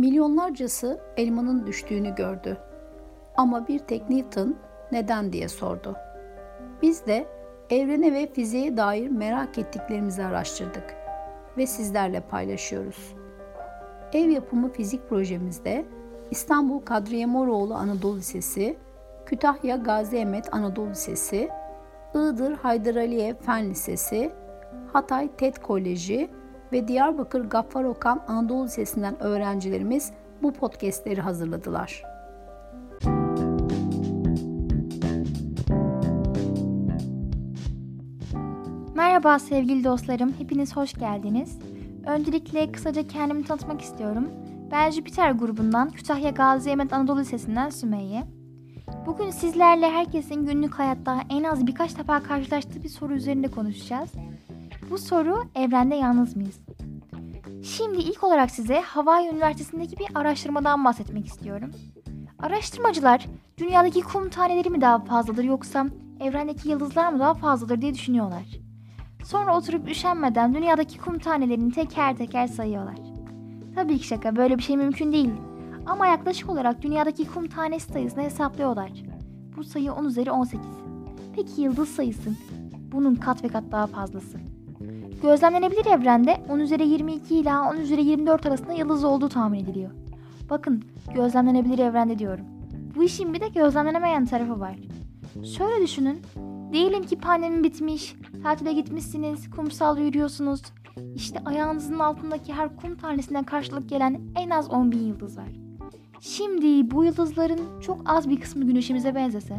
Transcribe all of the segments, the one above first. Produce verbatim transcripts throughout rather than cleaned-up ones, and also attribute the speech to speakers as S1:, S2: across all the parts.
S1: Milyonlarcası elmanın düştüğünü gördü. Ama bir tek Newton neden diye sordu. Biz de evrene ve fiziğe dair merak ettiklerimizi araştırdık ve sizlerle paylaşıyoruz. Ev yapımı fizik projemizde İstanbul Kadriye Moroğlu Anadolu Lisesi, Kütahya Gazi Emet Anadolu Lisesi, Iğdır Haydar Aliyev Fen Lisesi, Hatay TED Koleji ve Diyarbakır Gaffar Okan Anadolu Lisesi'nden öğrencilerimiz bu podcastleri hazırladılar.
S2: Merhaba sevgili dostlarım, hepiniz hoş geldiniz. Öncelikle kısaca kendimi tanıtmak istiyorum. Ben Jüpiter grubundan Kütahya Gazi Emet Anadolu Lisesi'nden Sümeyye. Bugün sizlerle herkesin günlük hayatta en az birkaç defa karşılaştığı bir soru üzerinde konuşacağız. Bu soru, evrende yalnız mıyız? Şimdi ilk olarak size Hawaii Üniversitesi'ndeki bir araştırmadan bahsetmek istiyorum. Araştırmacılar, dünyadaki kum taneleri mi daha fazladır yoksa evrendeki yıldızlar mı daha fazladır diye düşünüyorlar. Sonra oturup üşenmeden dünyadaki kum tanelerini teker teker sayıyorlar. Tabii ki şaka, böyle bir şey mümkün değil. Ama yaklaşık olarak dünyadaki kum tanesi sayısını hesaplıyorlar. Bu sayı on üzeri on sekiz. Peki yıldız sayısı? Bunun kat ve kat daha fazlası. Gözlemlenebilir evrende on üzeri yirmi iki ila on üzeri yirmi dört arasında yıldız olduğu tahmin ediliyor. Bakın, gözlemlenebilir evrende diyorum. Bu işin bir de gözlemlenemeyen tarafı var. Şöyle düşünün. Diyelim ki pandemi bitmiş, tatile gitmişsiniz, kumsalda yürüyorsunuz. İşte ayağınızın altındaki her kum tanesinden karşılık gelen en az on bin yıldız var. Şimdi bu yıldızların çok az bir kısmı güneşimize benzese,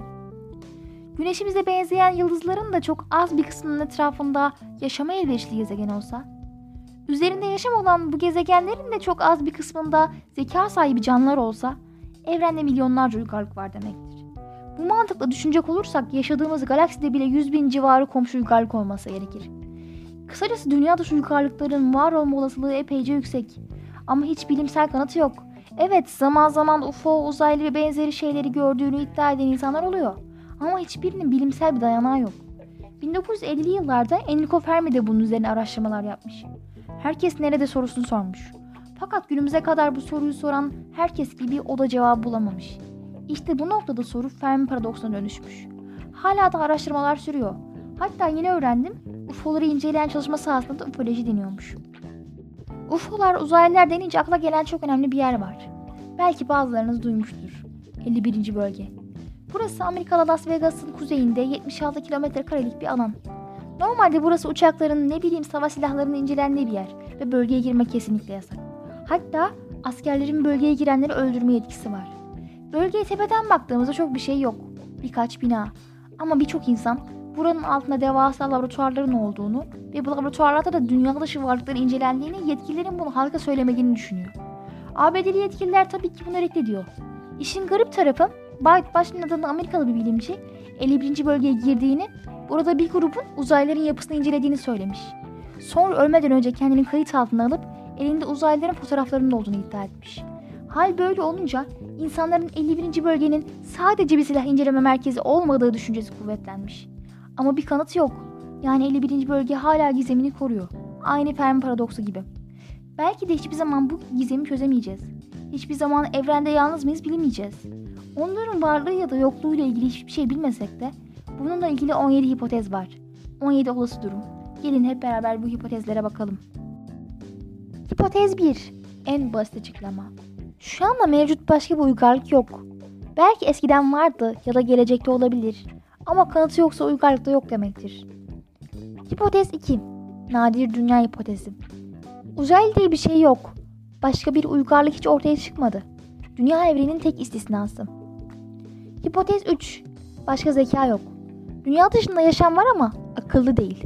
S2: güneşimize benzeyen yıldızların da çok az bir kısmının etrafında yaşama elverişli gezegen olsa, üzerinde yaşam olan bu gezegenlerin de çok az bir kısmında zeka sahibi canlılar olsa, evrende milyonlarca uygarlık var demektir. Bu mantıkla düşünecek olursak yaşadığımız galakside bile yüz bin civarı komşu uygarlık olması gerekir. Kısacası dünya dışı uygarlıkların var olma olasılığı epeyce yüksek. Ama hiç bilimsel kanıtı yok. Evet, zaman zaman U F O, uzaylı ve benzeri şeyleri gördüğünü iddia eden insanlar oluyor. Ama hiçbirinin bilimsel bir dayanağı yok. bin dokuz yüz ellili yıllarda Enrico Fermi de bunun üzerine araştırmalar yapmış. Herkes nerede sorusunu sormuş. Fakat günümüze kadar bu soruyu soran herkes gibi o da cevabı bulamamış. İşte bu noktada soru Fermi paradoksuna dönüşmüş. Hala da araştırmalar sürüyor. Hatta yeni öğrendim, U F O'ları inceleyen çalışma sahasında da ufoloji deniyormuş. U F O'lar, uzaylılar denince akla gelen çok önemli bir yer var. Belki bazılarınız duymuştur. elli birinci bölge. Burası Amerika'da Las Vegas'ın kuzeyinde yetmiş altı kilometre karelik bir alan. Normalde burası uçakların, ne bileyim savaş silahlarının incelendiği bir yer ve bölgeye girmek kesinlikle yasak. Hatta askerlerin bölgeye girenleri öldürme yetkisi var. Bölgeye tepeden baktığımızda çok bir şey yok. Birkaç bina. Ama birçok insan buranın altında devasa laboratuvarların olduğunu ve bu laboratuvarlarda da dünya dışı varlıkların incelendiğini, yetkililerin bunu halka söylemediğini düşünüyor. A B D'li yetkililer tabii ki bunu reddediyor. İşin garip tarafı, Byte Başlin adında Amerikalı bir bilimci elli birinci bölgeye girdiğini, burada bir grubun uzaylıların yapısını incelediğini söylemiş. Sonra ölmeden önce kendini kayıt altına alıp elinde uzaylıların fotoğraflarının olduğunu iddia etmiş. Hal böyle olunca insanların elli birinci bölgenin sadece bir silah inceleme merkezi olmadığı düşüncesi kuvvetlenmiş. Ama bir kanıt yok. Yani elli birinci bölge hala gizemini koruyor. Aynı Fermi paradoksu gibi. Belki de hiçbir zaman bu gizemi çözemeyeceğiz. Hiçbir zaman evrende yalnız mıyız bilemeyeceğiz. Onların varlığı ya da yokluğuyla ilgili hiçbir şey bilmesek de bununla ilgili on yedi hipotez var. on yedi olası durum. Gelin hep beraber bu hipotezlere bakalım. Hipotez bir. En basit açıklama. Şu anda mevcut başka bir uygarlık yok. Belki eskiden vardı ya da gelecekte olabilir. Ama kanıtı yoksa uygarlık da yok demektir. Hipotez iki. Nadir dünya hipotezi. Uzaylı diye bir şey yok. Başka bir uygarlık hiç ortaya çıkmadı. Dünya evrenin tek istisnası. Hipotez üç. Başka zeka yok. Dünya dışında yaşam var ama akıllı değil.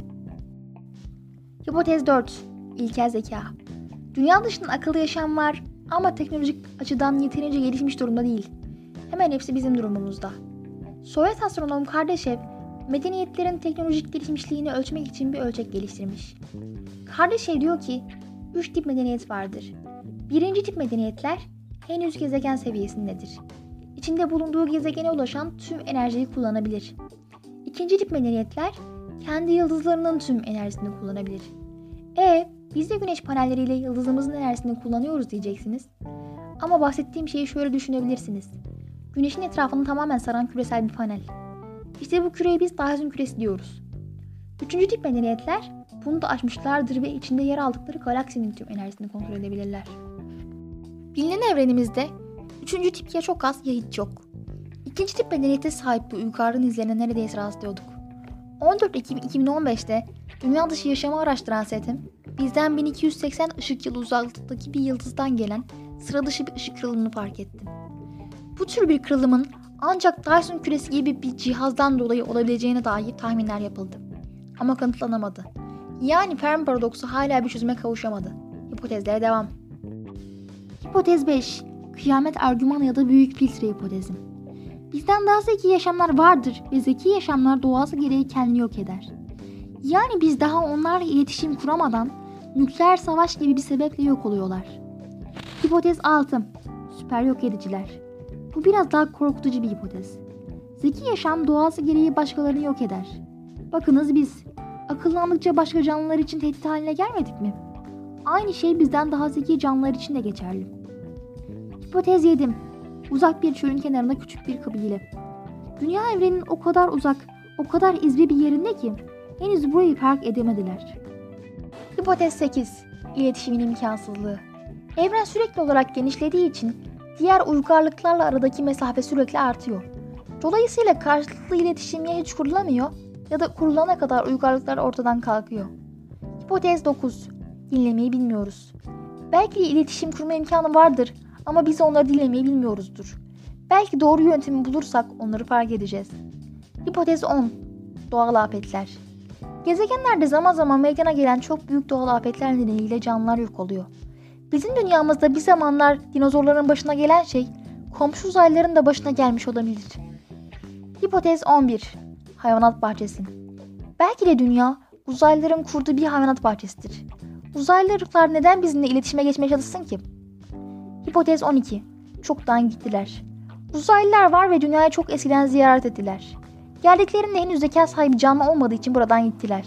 S2: Hipotez dört. İlkel zeka. Dünya dışında akıllı yaşam var ama teknolojik açıdan yeterince gelişmiş durumda değil. Hemen hepsi bizim durumumuzda. Sovyet astronom Kardashev, medeniyetlerin teknolojik gelişmişliğini ölçmek için bir ölçek geliştirmiş. Kardashev diyor ki, üç tip medeniyet vardır. Birinci tip medeniyetler henüz gezegen seviyesindedir. İçinde bulunduğu gezegene ulaşan tüm enerjiyi kullanabilir. İkinci tip medeniyetler kendi yıldızlarının tüm enerjisini kullanabilir. E biz de güneş panelleriyle yıldızımızın enerjisini kullanıyoruz diyeceksiniz. Ama bahsettiğim şeyi şöyle düşünebilirsiniz. Güneşin etrafını tamamen saran küresel bir panel. İşte bu küreye biz Dyson küresi diyoruz. Üçüncü tip medeniyetler bunu da aşmışlardır ve içinde yer aldıkları galaksinin tüm enerjisini kontrol edebilirler. Bilinen evrenimizde üçüncü tip ya çok az ya hiç yok. İkinci tip medeniyete sahip bu uygarlığın izlerine neredeyse rastlıyorduk. on dört Ekim iki bin on beşte dünya dışı yaşamı araştıran setim, bizden bin iki yüz seksen ışık yılı uzaklıktaki bir yıldızdan gelen sıra dışı bir ışık kırılımını fark ettim. Bu tür bir kırılımın ancak Dyson küresi gibi bir cihazdan dolayı olabileceğine dair tahminler yapıldı. Ama kanıtlanamadı. Yani Fermi paradoksu hala bir çözüme kavuşamadı. Hipotezlere devam. Hipotez beş. Kıyamet argümanı ya da büyük filtre hipotezi. Bizden daha zeki yaşamlar vardır ve zeki yaşamlar doğası gereği kendini yok eder. Yani biz daha onlarla iletişim kuramadan nükleer savaş gibi bir sebeple yok oluyorlar. Hipotez altı. Süper yok ediciler. Bu biraz daha korkutucu bir hipotez. Zeki yaşam doğası gereği başkalarını yok eder. Bakınız biz akıllandıkça başka canlılar için tehdit haline gelmedik mi? Aynı şey bizden daha zeki canlılar için de geçerli. Hipotez yedi. Uzak bir çölün kenarında küçük bir kabile. Dünya evrenin o kadar uzak, o kadar izbe bir yerinde ki henüz burayı fark edemediler. Hipotez sekiz. İletişimin imkansızlığı. Evren sürekli olarak genişlediği için diğer uygarlıklarla aradaki mesafe sürekli artıyor. Dolayısıyla karşılıklı iletişim ya hiç kurulamıyor ya da kurulana kadar uygarlıklar ortadan kalkıyor. Hipotez dokuz. Dinlemeyi bilmiyoruz. Belki iletişim kurma imkanı vardır ama biz onları dinlemeyi bilmiyoruzdur. Belki doğru yöntemi bulursak onları fark edeceğiz. Hipotez on. Doğal afetler. Gezegenlerde zaman zaman meydana gelen çok büyük doğal afetler nedeniyle canlılar yok oluyor. Bizim dünyamızda bir zamanlar dinozorların başına gelen şey, komşu uzaylıların da başına gelmiş olabilir. Hipotez on bir. Hayvanat bahçesi. Belki de dünya, uzaylıların kurduğu bir hayvanat bahçesidir. Uzaylı ırklar neden bizimle iletişime geçmeye çalışsın ki? Hipotez on iki. Çoktan gittiler. Uzaylılar var ve dünyayı çok eskiden ziyaret ettiler. Geldiklerinde henüz zeka sahibi canlı olmadığı için buradan gittiler.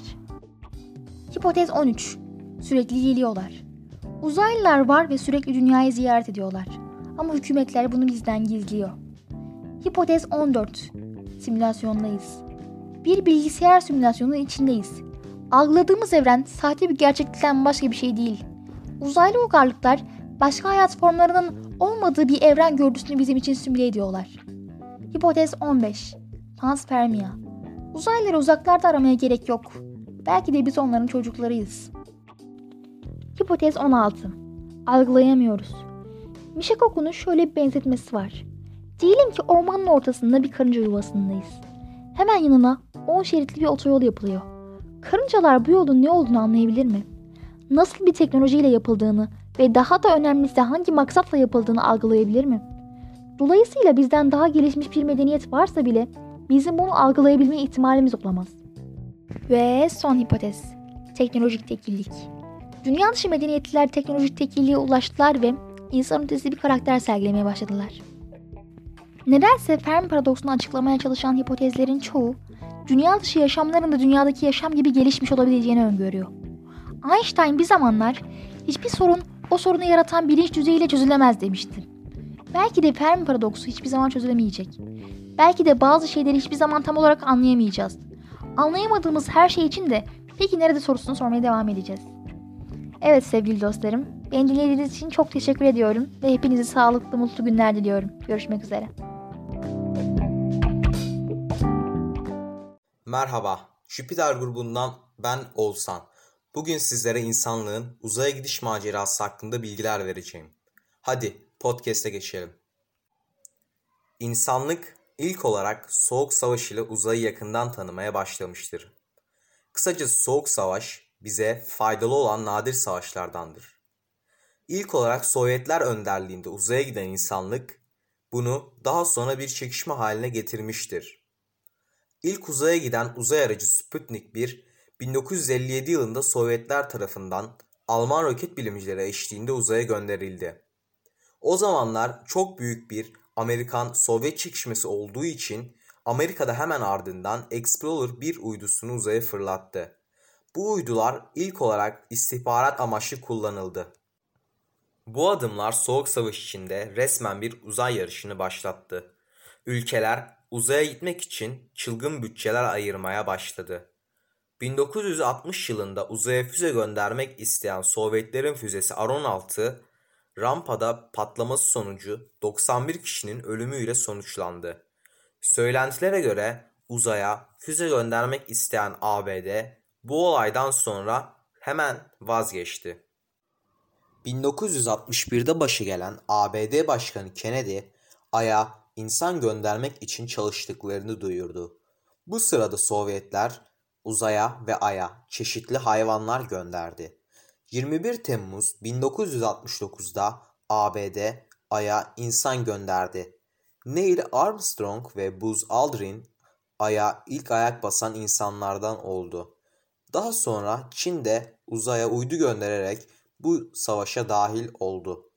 S2: Hipotez on üç. Sürekli geliyorlar. Uzaylılar var ve sürekli dünyayı ziyaret ediyorlar. Ama hükümetler bunu bizden gizliyor. Hipotez on dört. Simülasyondayız. Bir bilgisayar simülasyonunun içindeyiz. Algıladığımız evren sahte bir gerçeklikten başka bir şey değil. Uzaylı uygarlıklar başka hayat formlarının olmadığı bir evren görüntüsünü bizim için simüle ediyorlar. Hipotez on beş. Panspermia. Uzaylıları uzaklarda aramaya gerek yok. Belki de biz onların çocuklarıyız. Hipotez on altı. Algılayamıyoruz. Mishikoku'nun şöyle bir benzetmesi var. Diyelim ki ormanın ortasında bir karınca yuvasındayız. Hemen yanına on şeritli bir otoyol yapılıyor. Karıncalar bu yolun ne olduğunu anlayabilir mi? Nasıl bir teknolojiyle yapıldığını ve daha da önemlisi hangi maksatla yapıldığını algılayabilir mi? Dolayısıyla bizden daha gelişmiş bir medeniyet varsa bile bizim bunu algılayabilme ihtimalimiz olamaz. Ve son hipotez. Teknolojik tekillik. Dünya dışı medeniyetler teknolojik tekilliğe ulaştılar ve insan ötesi bir karakter sergilemeye başladılar. Nedense Fermi paradoksunu açıklamaya çalışan hipotezlerin çoğu, dünya dışı yaşamların da dünyadaki yaşam gibi gelişmiş olabileceğini öngörüyor. Einstein bir zamanlar hiçbir sorun o sorunu yaratan bilinç düzeyiyle çözülemez demişti. Belki de Fermi paradoksu hiçbir zaman çözülemeyecek. Belki de bazı şeyleri hiçbir zaman tam olarak anlayamayacağız. Anlayamadığımız her şey için de peki nerede sorusunu sormaya devam edeceğiz. Evet sevgili dostlarım, beni dinlediğiniz için çok teşekkür ediyorum ve hepinize sağlıklı, mutlu günler diliyorum. Görüşmek üzere.
S3: Merhaba, Jüpiter grubundan ben Oğuzhan. Bugün sizlere insanlığın uzaya gidiş macerası hakkında bilgiler vereceğim. Hadi podcast'e geçelim. İnsanlık ilk olarak Soğuk Savaş ile uzayı yakından tanımaya başlamıştır. Kısacası Soğuk Savaş bize faydalı olan nadir savaşlardandır. İlk olarak Sovyetler önderliğinde uzaya giden insanlık bunu daha sonra bir çekişme haline getirmiştir. İlk uzaya giden uzay aracı Sputnik bir, bin dokuz yüz elli yedi yılında Sovyetler tarafından Alman roket bilimcileri eşliğinde uzaya gönderildi. O zamanlar çok büyük bir Amerikan-Sovyet çekişmesi olduğu için Amerika'da hemen ardından Explorer bir uydusunu uzaya fırlattı. Bu uydular ilk olarak istihbarat amaçlı kullanıldı. Bu adımlar Soğuk Savaş içinde resmen bir uzay yarışını başlattı. Ülkeler uzaya gitmek için çılgın bütçeler ayırmaya başladı. bin dokuz yüz altmış yılında uzaya füze göndermek isteyen Sovyetlerin füzesi Ar on altı, rampada patlaması sonucu doksan bir kişinin ölümüyle sonuçlandı. Söylentilere göre uzaya füze göndermek isteyen A B D bu olaydan sonra hemen vazgeçti. bin dokuz yüz altmış birde başı gelen A B D Başkanı Kennedy, Ay'a insan göndermek için çalıştıklarını duyurdu. Bu sırada Sovyetler uzaya ve Ay'a çeşitli hayvanlar gönderdi. yirmi bir Temmuz bin dokuz yüz altmış dokuzda A B D Ay'a insan gönderdi. Neil Armstrong ve Buzz Aldrin Ay'a ilk ayak basan insanlardan oldu. Daha sonra Çin de uzaya uydu göndererek bu savaşa dahil oldu.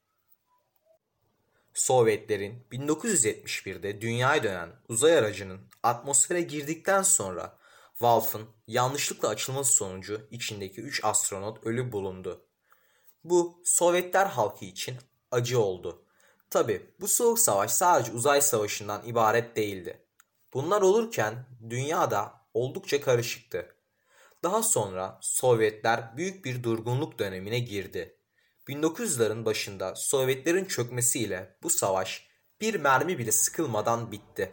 S3: Sovyetlerin bin dokuz yüz yetmiş birde dünyaya dönen uzay aracının atmosfere girdikten sonra valfın yanlışlıkla açılması sonucu içindeki üç astronot ölü bulundu. Bu Sovyetler halkı için acı oldu. Tabi bu soğuk savaş sadece uzay savaşından ibaret değildi. Bunlar olurken dünyada oldukça karışıktı. Daha sonra Sovyetler büyük bir durgunluk dönemine girdi. bin dokuz yüzlerin başında Sovyetlerin çökmesiyle bu savaş bir mermi bile sıkılmadan bitti.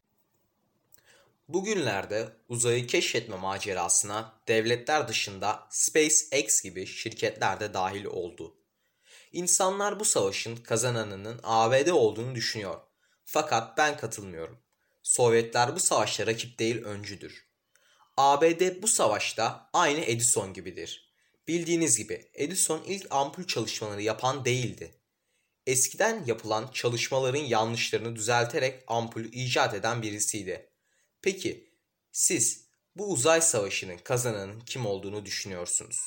S3: Bugünlerde uzayı keşfetme macerasına devletler dışında SpaceX gibi şirketler de dahil oldu. İnsanlar bu savaşın kazananının A B D olduğunu düşünüyor. Fakat ben katılmıyorum. Sovyetler bu savaşta rakip değil, öncüdür. A B D bu savaşta aynı Edison gibidir. Bildiğiniz gibi Edison ilk ampul çalışmaları yapan değildi. Eskiden yapılan çalışmaların yanlışlarını düzelterek ampulü icat eden birisiydi. Peki siz bu uzay savaşının kazananının kim olduğunu düşünüyorsunuz?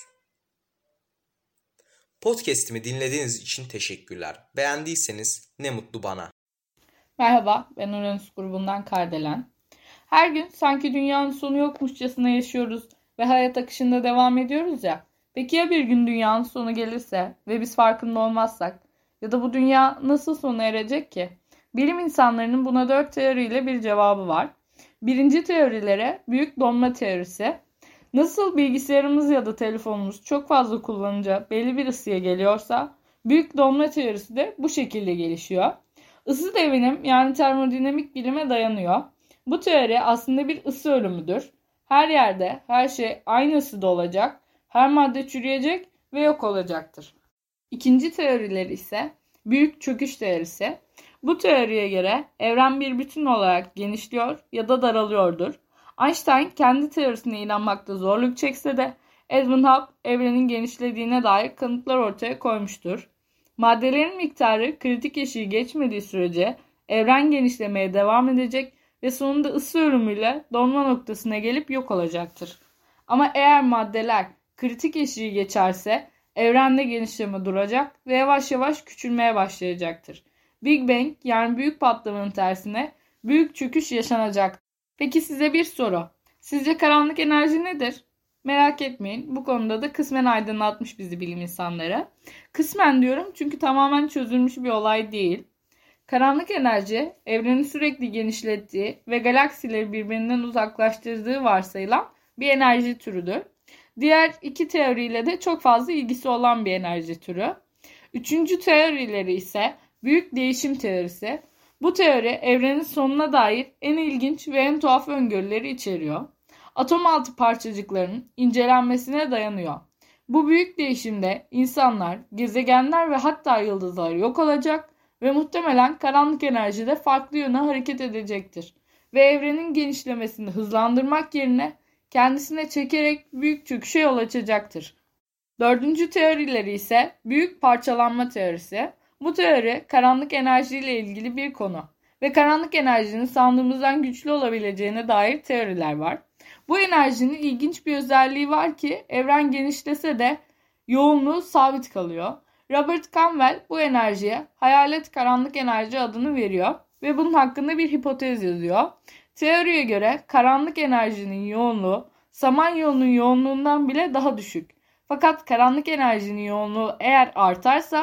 S3: Podcast'imi dinlediğiniz için teşekkürler. Beğendiyseniz ne mutlu bana.
S4: Merhaba, ben Uranüs grubundan Kardelen. Her gün sanki dünyanın sonu yokmuşçasına yaşıyoruz ve hayat akışında devam ediyoruz ya. Peki ya bir gün dünyanın sonu gelirse ve biz farkında olmazsak? Ya da bu dünya nasıl sona erecek ki? Bilim insanlarının buna dört teoriyle bir cevabı var. Birinci teorilere büyük donma teorisi. Nasıl bilgisayarımız ya da telefonumuz çok fazla kullanınca belli bir ısıya geliyorsa, büyük donma teorisi de bu şekilde gelişiyor. Isı devinim yani termodinamik bilime dayanıyor. Bu teori aslında bir ısı ölümüdür. Her yerde her şey aynı ısıda olacak, her madde çürüyecek ve yok olacaktır. İkinci teorileri ise büyük çöküş teorisi. Bu teoriye göre evren bir bütün olarak genişliyor ya da daralıyordur. Einstein kendi teorisine inanmakta zorluk çekse de Edmund Hubble evrenin genişlediğine dair kanıtlar ortaya koymuştur. Maddelerin miktarı kritik eşiği geçmediği sürece evren genişlemeye devam edecek ve sonunda ısı ölümüyle donma noktasına gelip yok olacaktır. Ama eğer maddeler kritik eşiği geçerse evrende genişleme duracak ve yavaş yavaş küçülmeye başlayacaktır. Big Bang yani büyük patlamanın tersine büyük çöküş yaşanacak. Peki size bir soru. Sizce karanlık enerji nedir? Merak etmeyin, bu konuda da kısmen aydınlatmış bizi bilim insanları. Kısmen diyorum çünkü tamamen çözülmüş bir olay değil. Karanlık enerji, evreni sürekli genişlettiği ve galaksileri birbirinden uzaklaştırdığı varsayılan bir enerji türüdür. Diğer iki teoriyle de çok fazla ilgisi olan bir enerji türü. Üçüncü teorileri ise büyük değişim teorisi. Bu teori evrenin sonuna dair en ilginç ve en tuhaf öngörüleri içeriyor. Atom altı parçacıklarının incelenmesine dayanıyor. Bu büyük değişimde insanlar, gezegenler ve hatta yıldızlar yok olacak ve muhtemelen karanlık enerji de farklı yöne hareket edecektir. Ve evrenin genişlemesini hızlandırmak yerine kendisine çekerek büyük çöküşe yol açacaktır. Dördüncü teorileri ise büyük parçalanma teorisi. Bu teori karanlık enerjiyle ilgili bir konu ve karanlık enerjinin sandığımızdan güçlü olabileceğine dair teoriler var. Bu enerjinin ilginç bir özelliği var ki evren genişlese de yoğunluğu sabit kalıyor. Robert Campbell bu enerjiye hayalet karanlık enerji adını veriyor ve bunun hakkında bir hipotez yazıyor. Teoriye göre karanlık enerjinin yoğunluğu Samanyolu'nun yoğunluğundan bile daha düşük. Fakat karanlık enerjinin yoğunluğu eğer artarsa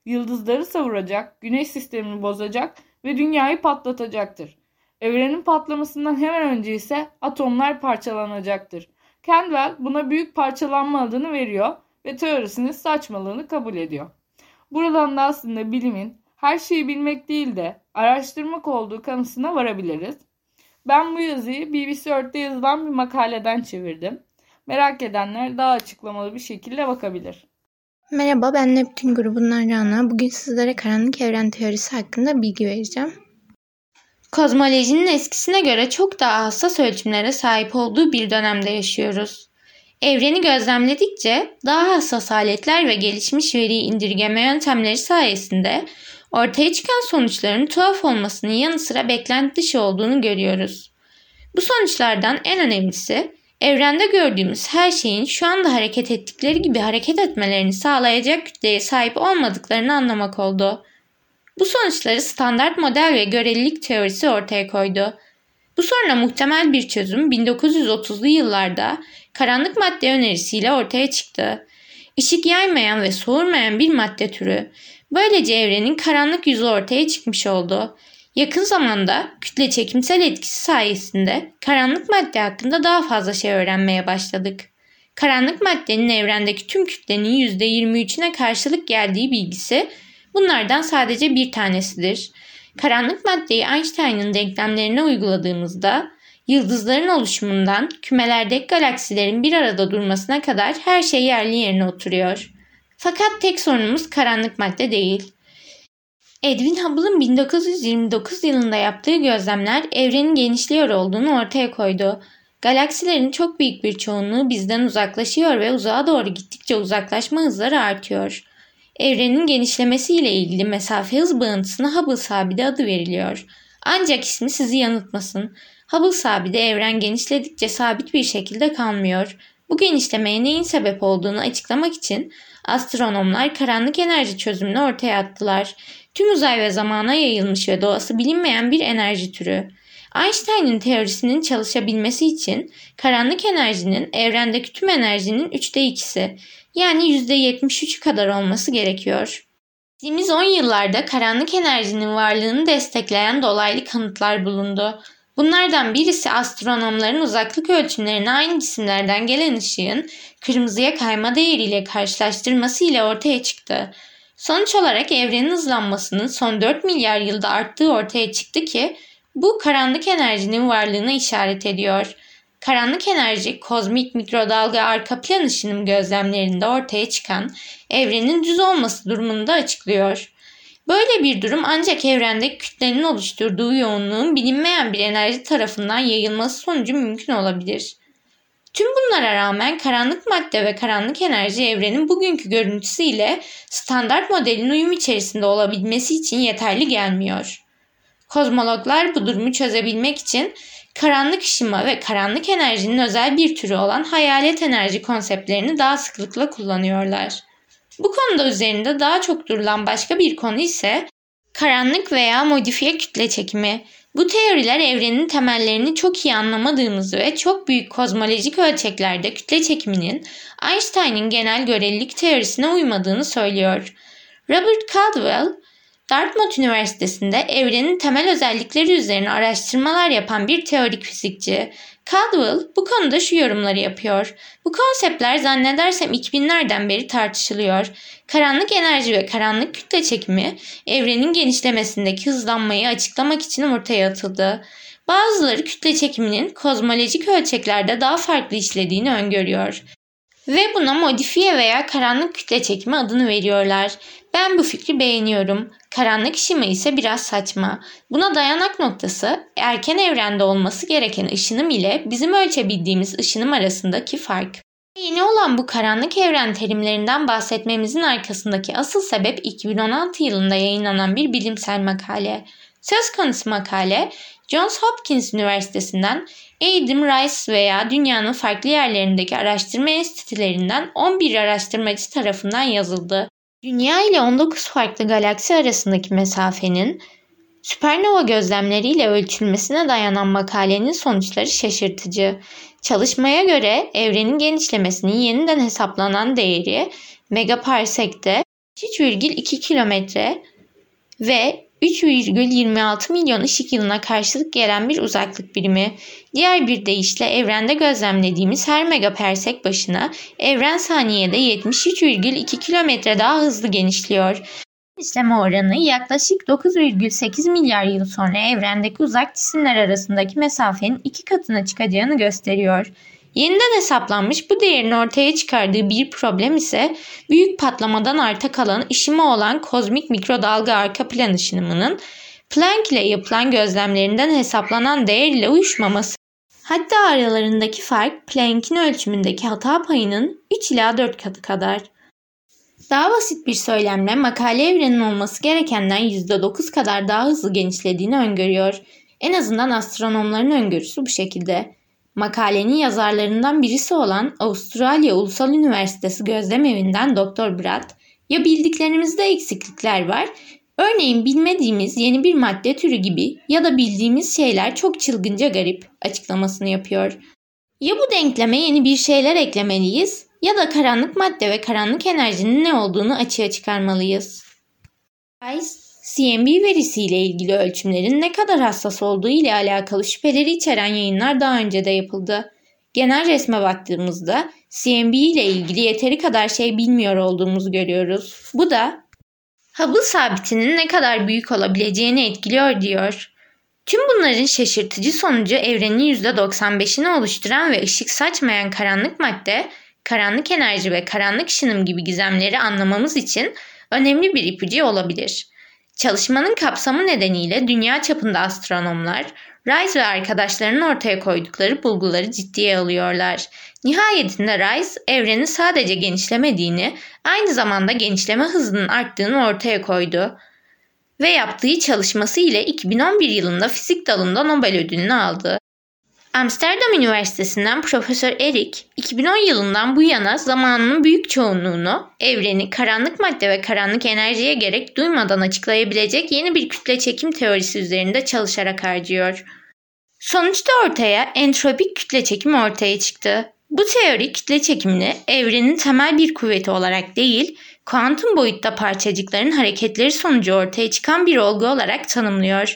S4: Yıldızları savuracak, güneş sistemini bozacak ve dünyayı patlatacaktır. Evrenin patlamasından hemen önce ise atomlar parçalanacaktır. Campbell buna büyük parçalanma adını veriyor ve teorisinin saçmalığını kabul ediyor. Buradan da aslında bilimin her şeyi bilmek değil de araştırmak olduğu kanısına varabiliriz. Ben bu yazıyı B B C Earth'te yazılan bir makaleden çevirdim. Merak edenler daha açıklamalı bir şekilde bakabilir.
S5: Merhaba, ben Neptün grubundan Rana. Bugün sizlere karanlık evren teorisi hakkında bilgi vereceğim. Kozmolojinin eskisine göre çok daha hassas ölçümlere sahip olduğu bir dönemde yaşıyoruz. Evreni gözlemledikçe daha hassas aletler ve gelişmiş veri indirgeme yöntemleri sayesinde ortaya çıkan sonuçların tuhaf olmasının yanı sıra beklenti dışı olduğunu görüyoruz. Bu sonuçlardan en önemlisi, evrende gördüğümüz her şeyin şu anda hareket ettikleri gibi hareket etmelerini sağlayacak kütleye sahip olmadıklarını anlamak oldu. Bu sonuçları standart model ve görelilik teorisi ortaya koydu. Bu soruna muhtemel bir çözüm bin dokuz yüz otuzlu yıllarda karanlık madde önerisiyle ortaya çıktı. Işık yaymayan ve soğurmayan bir madde türü. Böylece evrenin karanlık yüzü ortaya çıkmış oldu. Yakın zamanda kütle çekimsel etkisi sayesinde karanlık madde hakkında daha fazla şey öğrenmeye başladık. Karanlık maddenin evrendeki tüm kütlenin yüzde yirmi üçüne karşılık geldiği bilgisi bunlardan sadece bir tanesidir. Karanlık maddeyi Einstein'ın denklemlerine uyguladığımızda yıldızların oluşumundan kümelerdeki galaksilerin bir arada durmasına kadar her şey yerli yerine oturuyor. Fakat tek sorunumuz karanlık madde değil. Edwin Hubble'ın bin dokuz yüz yirmi dokuz yılında yaptığı gözlemler evrenin genişliyor olduğunu ortaya koydu. Galaksilerin çok büyük bir çoğunluğu bizden uzaklaşıyor ve uzağa doğru gittikçe uzaklaşma hızları artıyor. Evrenin genişlemesiyle ilgili mesafe hız bağıntısına Hubble sabiti adı veriliyor. Ancak ismi sizi yanıltmasın. Hubble sabiti evren genişledikçe sabit bir şekilde kalmıyor. Bu genişlemeye neyin sebep olduğunu açıklamak için astronomlar karanlık enerji çözümünü ortaya attılar. Tüm uzay ve zamana yayılmış ve doğası bilinmeyen bir enerji türü. Einstein'ın teorisinin çalışabilmesi için karanlık enerjinin evrendeki tüm enerjinin üçte ikisi yani yüzde yetmiş üç kadar olması gerekiyor. Geçtiğimiz on yıllarda karanlık enerjinin varlığını destekleyen dolaylı kanıtlar bulundu. Bunlardan birisi astronomların uzaklık ölçümlerini aynı cisimlerden gelen ışığın kırmızıya kayma değeriyle karşılaştırması ile ortaya çıktı. Sonuç olarak evrenin hızlanmasının son dört milyar yılda arttığı ortaya çıktı ki bu karanlık enerjinin varlığına işaret ediyor. Karanlık enerji, kozmik mikrodalga arka plan ışınım gözlemlerinde ortaya çıkan evrenin düz olması durumunu da açıklıyor. Böyle bir durum ancak evrendeki kütlenin oluşturduğu yoğunluğun bilinmeyen bir enerji tarafından yayılması sonucu mümkün olabilir. Tüm bunlara rağmen karanlık madde ve karanlık enerji evrenin bugünkü görüntüsüyle standart modelin uyum içerisinde olabilmesi için yeterli gelmiyor. Kozmologlar bu durumu çözebilmek için karanlık ışıma ve karanlık enerjinin özel bir türü olan hayalet enerji konseptlerini daha sıklıkla kullanıyorlar. Bu konuda üzerinde daha çok durulan başka bir konu ise karanlık veya modifiye kütle çekimi. Bu teoriler evrenin temellerini çok iyi anlamadığımızı ve çok büyük kozmolojik ölçeklerde kütle çekiminin Einstein'ın genel görelilik teorisine uymadığını söylüyor. Robert Caldwell, Dartmouth Üniversitesi'nde evrenin temel özellikleri üzerine araştırmalar yapan bir teorik fizikçi. Caldwell bu konuda şu yorumları yapıyor. Bu konseptler zannedersem iki binlerden beri tartışılıyor. Karanlık enerji ve karanlık kütle çekimi evrenin genişlemesindeki hızlanmayı açıklamak için ortaya atıldı. Bazıları kütle çekiminin kozmolojik ölçeklerde daha farklı işlediğini öngörüyor. Ve buna modifiye veya karanlık kütle çekimi adını veriyorlar. Ben bu fikri beğeniyorum. Karanlık ışıma ise biraz saçma. Buna dayanak noktası erken evrende olması gereken ışınım ile bizim ölçebildiğimiz ışınım arasındaki fark. Yeni olan bu karanlık evren terimlerinden bahsetmemizin arkasındaki asıl sebep iki bin on altı yılında yayınlanan bir bilimsel makale. Söz konusu makale Johns Hopkins Üniversitesi'nden Adam Rice veya dünyanın farklı yerlerindeki araştırma enstitülerinden on bir araştırmacı tarafından yazıldı. Dünya ile on dokuz farklı galaksi arasındaki mesafenin süpernova gözlemleriyle ölçülmesine dayanan makalenin sonuçları şaşırtıcı. Çalışmaya göre evrenin genişlemesinin yeniden hesaplanan değeri megaparsek'te üç virgül iki kilometre ve üç virgül yirmi altı milyon ışık yılına karşılık gelen bir uzaklık birimi. Diğer bir deyişle evrende gözlemlediğimiz her megaparsek başına evren saniyede yetmiş üç virgül iki kilometre daha hızlı genişliyor. Genişleme oranı yaklaşık dokuz virgül sekiz milyar yıl sonra evrendeki uzak cisimler arasındaki mesafenin iki katına çıkacağını gösteriyor. Yeniden hesaplanmış bu değerin ortaya çıkardığı bir problem ise büyük patlamadan arta kalan ışıma olan kozmik mikrodalga arka plan ışınımının Planck ile yapılan gözlemlerinden hesaplanan değer ile uyuşmaması. Hatta aralarındaki fark Planck'in ölçümündeki hata payının üç ila dört katı kadar. Daha basit bir söylemle makale evrenin olması gerekenden yüzde dokuz kadar daha hızlı genişlediğini öngörüyor. En azından astronomların öngörüsü bu şekilde. Makalenin yazarlarından birisi olan Avustralya Ulusal Üniversitesi Gözlem Evi'nden doktor Brad, ya bildiklerimizde eksiklikler var, örneğin bilmediğimiz yeni bir madde türü gibi ya da bildiğimiz şeyler çok çılgınca garip açıklamasını yapıyor. Ya bu denkleme yeni bir şeyler eklemeliyiz ya da karanlık madde ve karanlık enerjinin ne olduğunu açığa çıkarmalıyız. C M B verisiyle ilgili ölçümlerin ne kadar hassas olduğu ile alakalı şüpheleri içeren yayınlar daha önce de yapıldı. Genel resme baktığımızda C M B ile ilgili yeteri kadar şey bilmiyor olduğumuzu görüyoruz. Bu da Hubble sabitinin ne kadar büyük olabileceğini etkiliyor diyor. Tüm bunların şaşırtıcı sonucu evrenin yüzde doksan beşini oluşturan ve ışık saçmayan karanlık madde, karanlık enerji ve karanlık ışınım gibi gizemleri anlamamız için önemli bir ipucu olabilir. Çalışmanın kapsamı nedeniyle dünya çapında astronomlar, Rice ve arkadaşlarının ortaya koydukları bulguları ciddiye alıyorlar. Nihayetinde Rice, evrenin sadece genişlemediğini, aynı zamanda genişleme hızının arttığını ortaya koydu ve yaptığı çalışması ile iki bin on bir yılında fizik dalında Nobel ödülünü aldı. Amsterdam Üniversitesi'nden Profesör Erik, iki bin on yılından bu yana zamanının büyük çoğunluğunu evreni karanlık madde ve karanlık enerjiye gerek duymadan açıklayabilecek yeni bir kütle çekim teorisi üzerinde çalışarak harcıyor. Sonuçta ortaya entropik kütle çekim ortaya çıktı. Bu teori kütle çekimini evrenin temel bir kuvveti olarak değil, kuantum boyutta parçacıkların hareketleri sonucu ortaya çıkan bir olgu olarak tanımlıyor.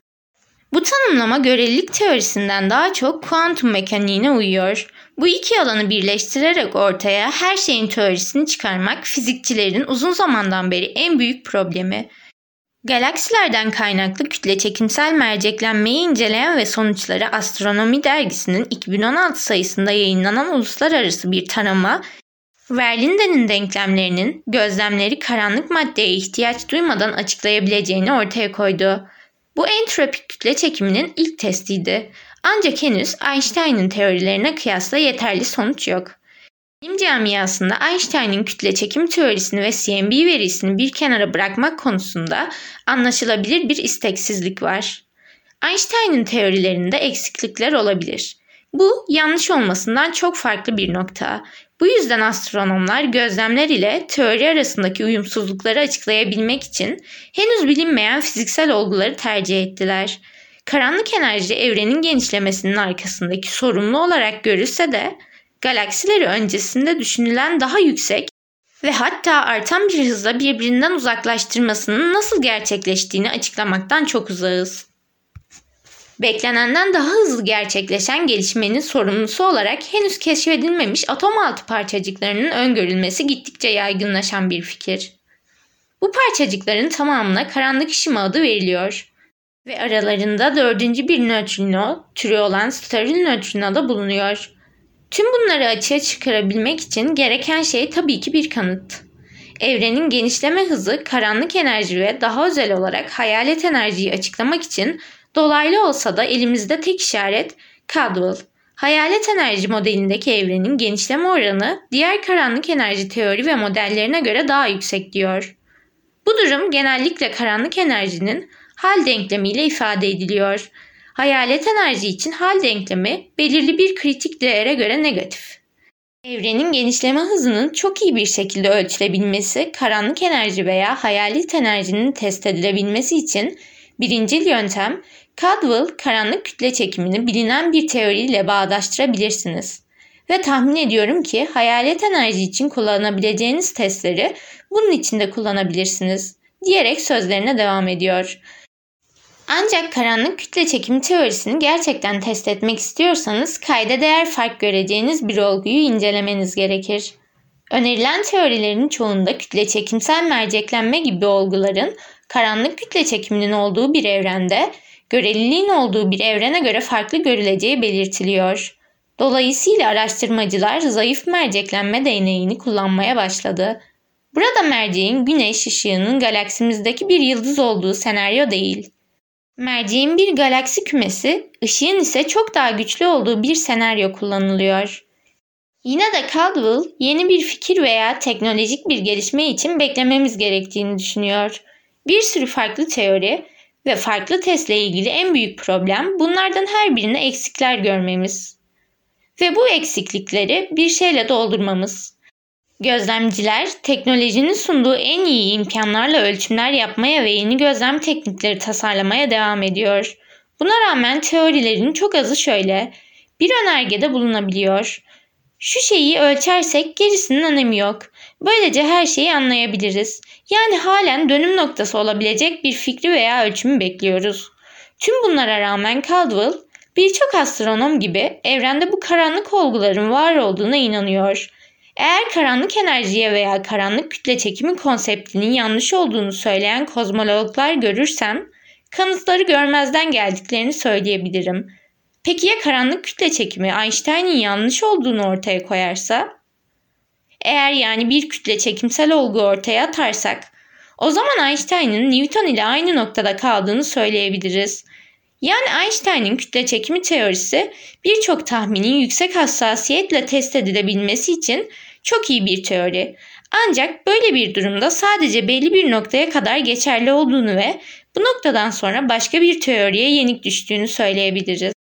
S5: Bu tanımlama görelilik teorisinden daha çok kuantum mekaniğine uyuyor. Bu iki alanı birleştirerek ortaya her şeyin teorisini çıkarmak fizikçilerin uzun zamandan beri en büyük problemi. Galaksilerden kaynaklı kütle çekimsel merceklenmeyi inceleyen ve sonuçları Astronomi dergisinin iki bin on altı sayısında yayınlanan uluslararası bir tarama, Verlinden'in denklemlerinin gözlemleri karanlık maddeye ihtiyaç duymadan açıklayabileceğini ortaya koydu. Bu entropik kütle çekiminin ilk testiydi. Ancak henüz Einstein'ın teorilerine kıyasla yeterli sonuç yok. Bilim camiasında Einstein'ın kütle çekim teorisini ve C M B verisini bir kenara bırakmak konusunda anlaşılabilir bir isteksizlik var. Einstein'ın teorilerinde eksiklikler olabilir. Bu yanlış olmasından çok farklı bir nokta. Bu yüzden astronomlar gözlemler ile teori arasındaki uyumsuzlukları açıklayabilmek için henüz bilinmeyen fiziksel olguları tercih ettiler. Karanlık enerji evrenin genişlemesinin arkasındaki sorumlu olarak görülse de galaksileri öncesinde düşünülen daha yüksek ve hatta artan bir hızla birbirinden uzaklaştırmasının nasıl gerçekleştiğini açıklamaktan çok uzağız. Beklenenden daha hızlı gerçekleşen gelişmenin sorumlusu olarak henüz keşfedilmemiş atom altı parçacıklarının öngörülmesi gittikçe yaygınlaşan bir fikir. Bu parçacıkların tamamına karanlık ışıma adı veriliyor ve aralarında dördüncü bir nötrino türü olan steril nötrino da bulunuyor. Tüm bunları açığa çıkarabilmek için gereken şey tabii ki bir kanıt. Evrenin genişleme hızı karanlık enerji ve daha özel olarak hayalet enerjiyi açıklamak için dolaylı olsa da elimizde tek işaret Caldwell. Hayalet enerji modelindeki evrenin genişleme oranı diğer karanlık enerji teori ve modellerine göre daha yüksek diyor. Bu durum genellikle karanlık enerjinin hal denklemiyle ifade ediliyor. Hayalet enerji için hal denklemi belirli bir kritik değere göre negatif. Evrenin genişleme hızının çok iyi bir şekilde ölçülebilmesi, karanlık enerji veya hayalet enerjinin test edilebilmesi için birincil yöntem, Caldwell karanlık kütle çekimini bilinen bir teoriyle bağdaştırabilirsiniz Ve tahmin ediyorum ki hayalet enerji için kullanabileceğiniz testleri bunun için de kullanabilirsiniz diyerek sözlerine devam ediyor. Ancak karanlık kütle çekimi teorisini gerçekten test etmek istiyorsanız kayda değer fark göreceğiniz bir olguyu incelemeniz gerekir. Önerilen teorilerin çoğunda kütle çekimsel merceklenme gibi olguların karanlık kütle çekiminin olduğu bir evrende, göreliliğin olduğu bir evrene göre farklı görüleceği belirtiliyor. Dolayısıyla araştırmacılar zayıf merceklenme değneğini kullanmaya başladı. Burada merceğin güneş ışığının galaksimizdeki bir yıldız olduğu senaryo değil. Merceğin bir galaksi kümesi, ışığın ise çok daha güçlü olduğu bir senaryo kullanılıyor. Yine de Caldwell yeni bir fikir veya teknolojik bir gelişme için beklememiz gerektiğini düşünüyor. Bir sürü farklı teori ve farklı testle ilgili en büyük problem bunlardan her birine eksikler görmemiz. Ve bu eksiklikleri bir şeyle doldurmamız. Gözlemciler teknolojinin sunduğu en iyi imkanlarla ölçümler yapmaya ve yeni gözlem teknikleri tasarlamaya devam ediyor. Buna rağmen teorilerin çok azı şöyle: bir önergede bulunabiliyor. Şu şeyi ölçersek gerisinin önemi yok. Böylece her şeyi anlayabiliriz. Yani halen dönüm noktası olabilecek bir fikri veya ölçümü bekliyoruz. Tüm bunlara rağmen Caldwell, birçok astronom gibi evrende bu karanlık olguların var olduğuna inanıyor. Eğer karanlık enerjiye veya karanlık kütle çekimi konseptinin yanlış olduğunu söyleyen kozmologlar görürsem, kanıtları görmezden geldiklerini söyleyebilirim. Peki ya karanlık kütle çekimi Einstein'in yanlış olduğunu ortaya koyarsa? Eğer yani bir kütle çekimsel olgu ortaya atarsak, o zaman Einstein'ın Newton ile aynı noktada kaldığını söyleyebiliriz. Yani Einstein'ın kütle çekimi teorisi birçok tahminin yüksek hassasiyetle test edilebilmesi için çok iyi bir teori. Ancak böyle bir durumda sadece belli bir noktaya kadar geçerli olduğunu ve bu noktadan sonra başka bir teoriye yenik düştüğünü söyleyebiliriz.